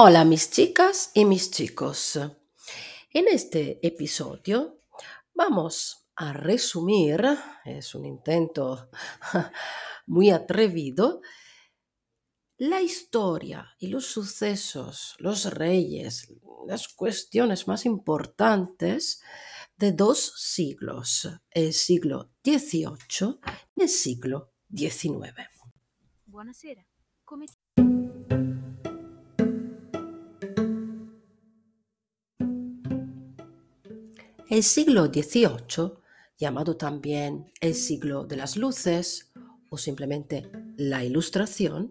Hola mis chicas y mis chicos. En este episodio vamos a resumir, es un intento muy atrevido, la historia y los sucesos, los reyes, las cuestiones más importantes de dos siglos, el siglo XVIII y el siglo XIX. Buonasera, come ti... El siglo XVIII, llamado también el siglo de las luces o simplemente la Ilustración,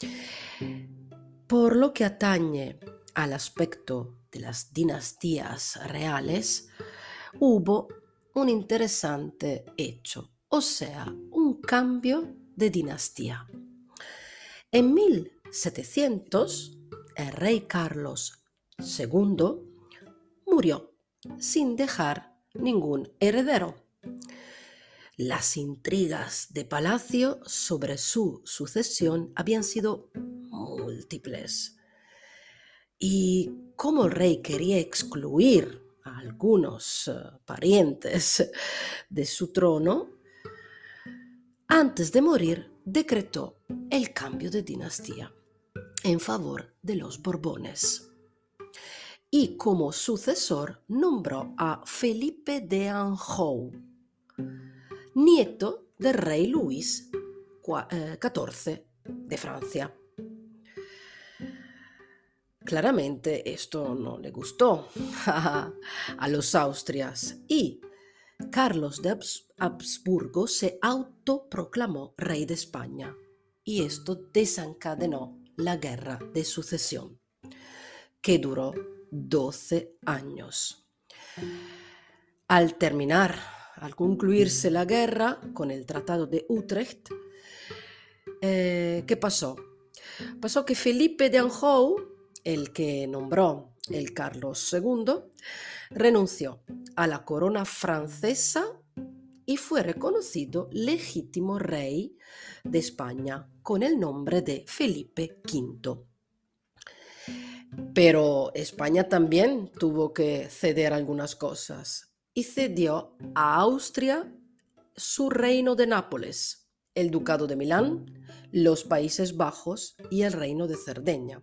por lo que atañe al aspecto de las dinastías reales, hubo un interesante hecho, o sea, un cambio de dinastía. En 1700, el rey Carlos II murió sin dejar ningún heredero. Las intrigas de palacio sobre su sucesión habían sido múltiples. Y como el rey quería excluir a algunos parientes de su trono, antes de morir decretó el cambio de dinastía en favor de los Borbones. Y como sucesor nombró a Felipe de Anjou, nieto del rey Luis XIV de Francia. Claramente esto no le gustó a los Austrias y Carlos de Habsburgo se autoproclamó rey de España y esto desencadenó la guerra de sucesión, que duró 12 años. Al concluirse la guerra con el Tratado de Utrecht, ¿qué pasó? Pasó que Felipe de Anjou, el que nombró el Carlos II, renunció a la corona francesa y fue reconocido legítimo rey de España con el nombre de Felipe V. Pero España también tuvo que ceder algunas cosas y cedió a Austria su reino de Nápoles, el ducado de Milán, los Países Bajos y el reino de Cerdeña.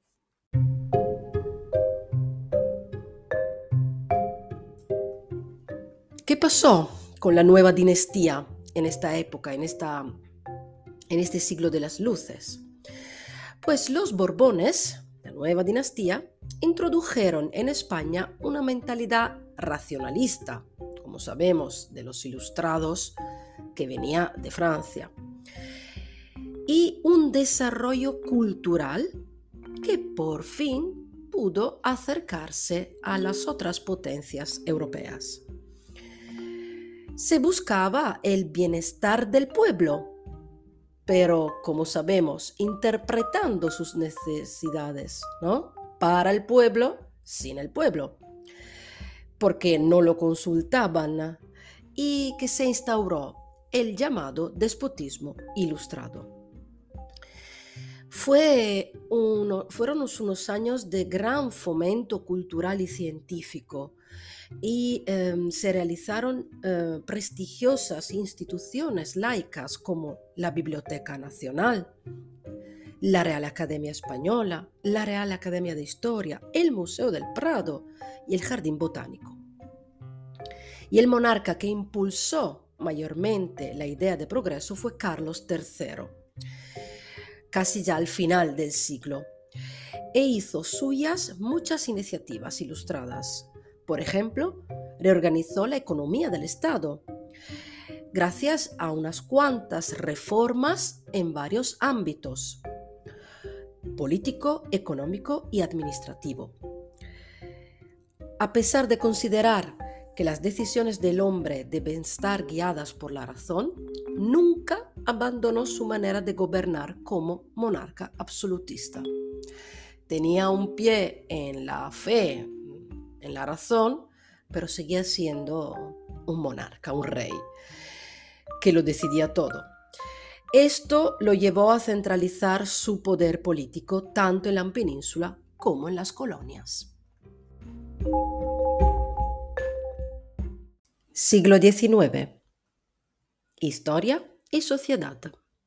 ¿Qué pasó con la nueva dinastía en esta época, en este siglo de las luces? Pues los Borbones, la nueva dinastía, introdujeron en España una mentalidad racionalista, como sabemos de los ilustrados, que venía de Francia, y un desarrollo cultural que por fin pudo acercarse a las otras potencias europeas. Se buscaba el bienestar del pueblo, pero como sabemos, interpretando sus necesidades, ¿no? Para el pueblo, sin el pueblo, porque no lo consultaban y que se instauró el llamado despotismo ilustrado. Fueron unos años de gran fomento cultural y científico y se realizaron prestigiosas instituciones laicas como la Biblioteca Nacional, la Real Academia Española, la Real Academia de Historia, el Museo del Prado y el Jardín Botánico. Y el monarca que impulsó mayormente la idea de progreso fue Carlos III, casi ya al final del siglo, e hizo suyas muchas iniciativas ilustradas. Por ejemplo, reorganizó la economía del Estado, gracias a unas cuantas reformas en varios ámbitos: político, económico y administrativo. A pesar de considerar que las decisiones del hombre deben estar guiadas por la razón, nunca abandonó su manera de gobernar como monarca absolutista. Tenía un pie en la fe, en la razón, pero seguía siendo un monarca, un rey, que lo decidía todo. Esto lo llevó a centralizar su poder político tanto en la península como en las colonias. Siglo XIX. Historia y sociedad.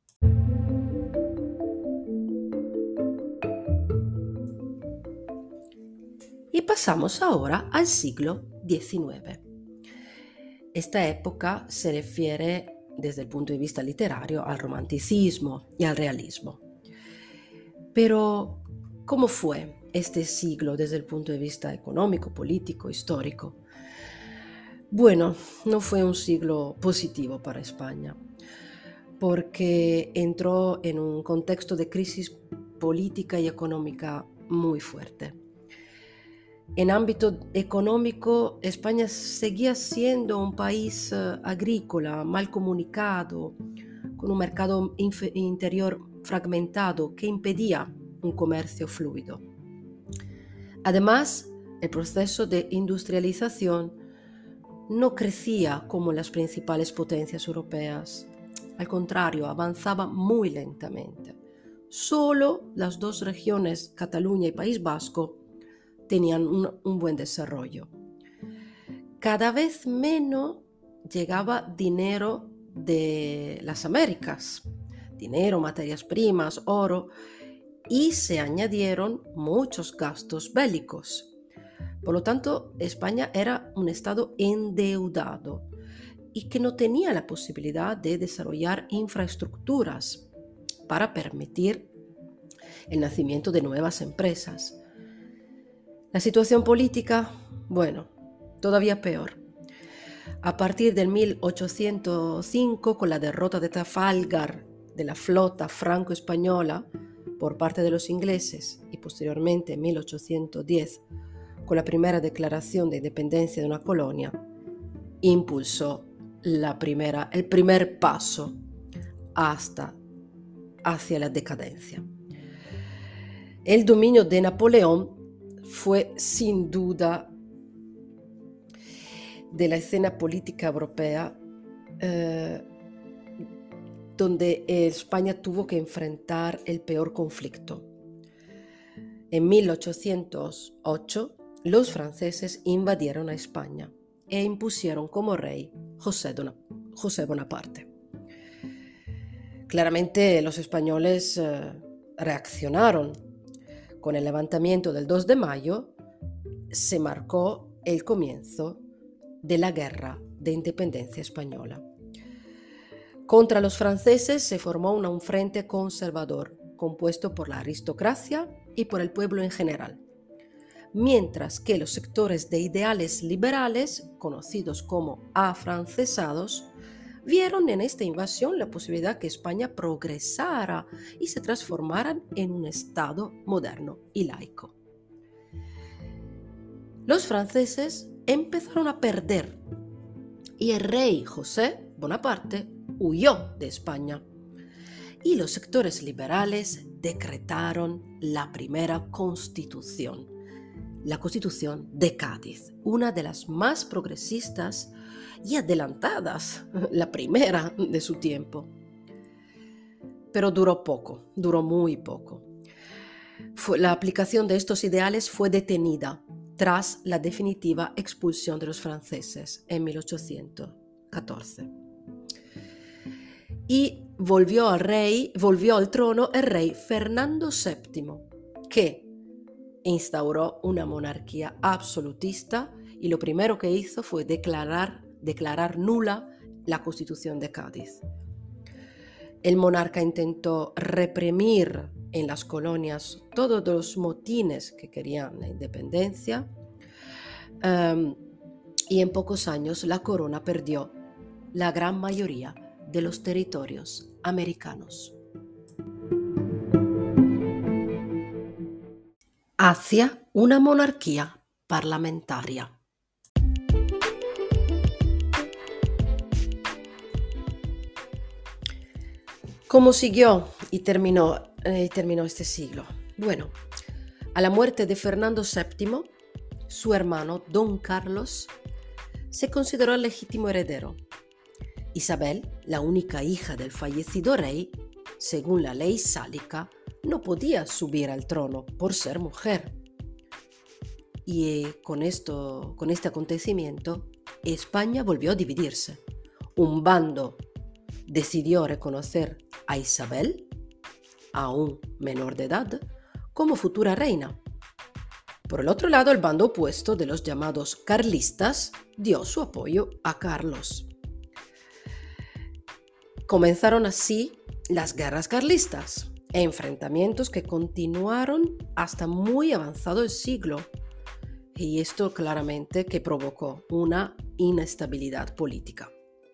Y pasamos ahora al siglo XIX. Esta época se refiere desde el punto de vista literario al romanticismo y al realismo. Pero, ¿cómo fue este siglo desde el punto de vista económico, político, histórico? Bueno, no fue un siglo positivo para España, porque entró en un contexto de crisis política y económica muy fuerte. En ámbito económico, España seguía siendo un país agrícola, mal comunicado, con un mercado interior fragmentado que impedía un comercio fluido. Además, el proceso de industrialización no crecía como las principales potencias europeas. Al contrario, avanzaba muy lentamente. Solo las dos regiones, Cataluña y País Vasco, tenían un buen desarrollo. Cada vez menos llegaba dinero de las Américas, dinero, materias primas, oro, y se añadieron muchos gastos bélicos. Por lo tanto, España era un estado endeudado y que no tenía la posibilidad de desarrollar infraestructuras para permitir el nacimiento de nuevas empresas. La situación política, bueno, todavía peor. A partir del 1805, con la derrota de Trafalgar de la flota franco-española por parte de los ingleses y posteriormente en 1810, con la primera declaración de independencia de una colonia, impulsó el primer paso hacia la decadencia. El dominio de Napoleón fue sin duda de la escena política europea donde España tuvo que enfrentar el peor conflicto. En 1808 los franceses invadieron a España e impusieron como rey José Bonaparte. Claramente los españoles reaccionaron. Con el levantamiento del 2 de mayo se marcó el comienzo de la Guerra de Independencia Española. Contra los franceses se formó un frente conservador, compuesto por la aristocracia y por el pueblo en general, mientras que los sectores de ideales liberales, conocidos como afrancesados, vieron en esta invasión la posibilidad que España progresara y se transformara en un Estado moderno y laico. Los franceses empezaron a perder y el rey José Bonaparte huyó de España y los sectores liberales decretaron la primera constitución, la Constitución de Cádiz, una de las más progresistas y adelantadas, la primera de su tiempo. Pero duró muy poco. La aplicación de estos ideales fue detenida tras la definitiva expulsión de los franceses en 1814. Y volvió al trono el rey Fernando VII, que instauró una monarquía absolutista y lo primero que hizo fue declarar nula la Constitución de Cádiz. El monarca intentó reprimir en las colonias todos los motines que querían la independencia y en pocos años la corona perdió la gran mayoría de los territorios americanos. Hacia una monarquía parlamentaria. ¿Cómo siguió y terminó este siglo? Bueno, a la muerte de Fernando VII, su hermano Don Carlos se consideró el legítimo heredero. Isabel, la única hija del fallecido rey, según la ley sálica, no podía subir al trono por ser mujer. Y con este acontecimiento, España volvió a dividirse. Un bando decidió reconocer a Isabel, aún menor de edad, como futura reina. Por el otro lado, el bando opuesto de los llamados carlistas dio su apoyo a Carlos. Comenzaron así las guerras carlistas, enfrentamientos que continuaron hasta muy avanzado el siglo, y esto claramente que provocó una inestabilidad política.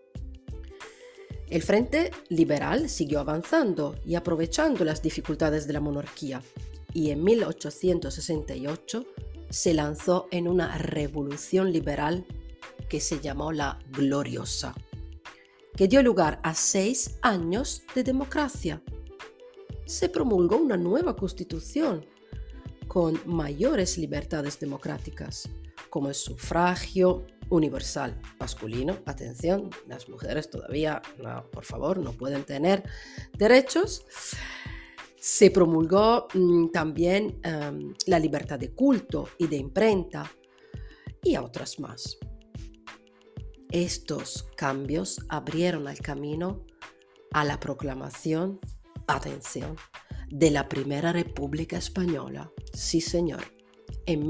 El Frente Liberal siguió avanzando y aprovechando las dificultades de la monarquía, y en 1868 se lanzó en una revolución liberal que se llamó la Gloriosa, que dio lugar a 6 años de democracia. Se promulgó una nueva constitución con mayores libertades democráticas, como el sufragio universal masculino. Atención, las mujeres todavía, no, por favor, no pueden tener derechos. Se promulgó también la libertad de culto y de imprenta y otras más. Estos cambios abrieron el camino a la proclamación, atención, de la Primera República Española, sí señor, en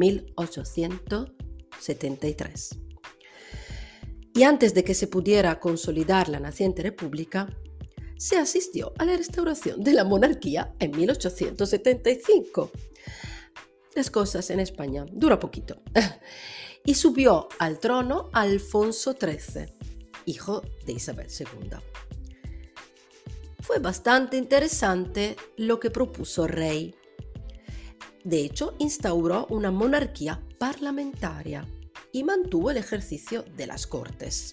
1873. Y antes de que se pudiera consolidar la naciente república, se asistió a la restauración de la monarquía en 1875. Las cosas en España duran poquito. Y subió al trono Alfonso XIII, hijo de Isabel II. Fue bastante interesante lo que propuso el rey. De hecho, instauró una monarquía parlamentaria y mantuvo el ejercicio de las Cortes.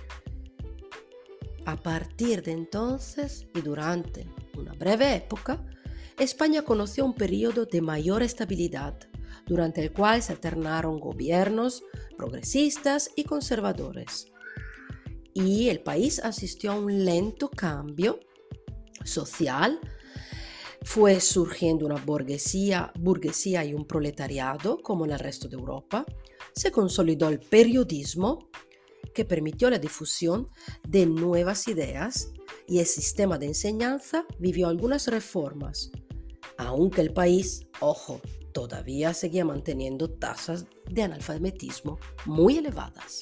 A partir de entonces y durante una breve época, España conoció un periodo de mayor estabilidad, durante el cual se alternaron gobiernos progresistas y conservadores. Y el país asistió a un lento cambio social. Fue surgiendo una burguesía y un proletariado como en el resto de Europa. Se consolidó el periodismo, que permitió la difusión de nuevas ideas, y el sistema de enseñanza vivió algunas reformas, aunque el país, ojo, todavía seguía manteniendo tasas de analfabetismo muy elevadas.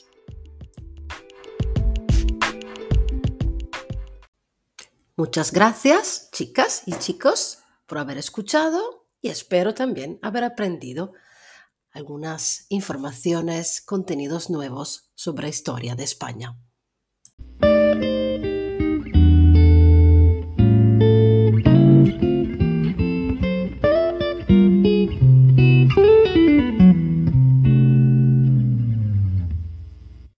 Muchas gracias, chicas y chicos, por haber escuchado, y espero también haber aprendido algunas informaciones, contenidos nuevos sobre la historia de España.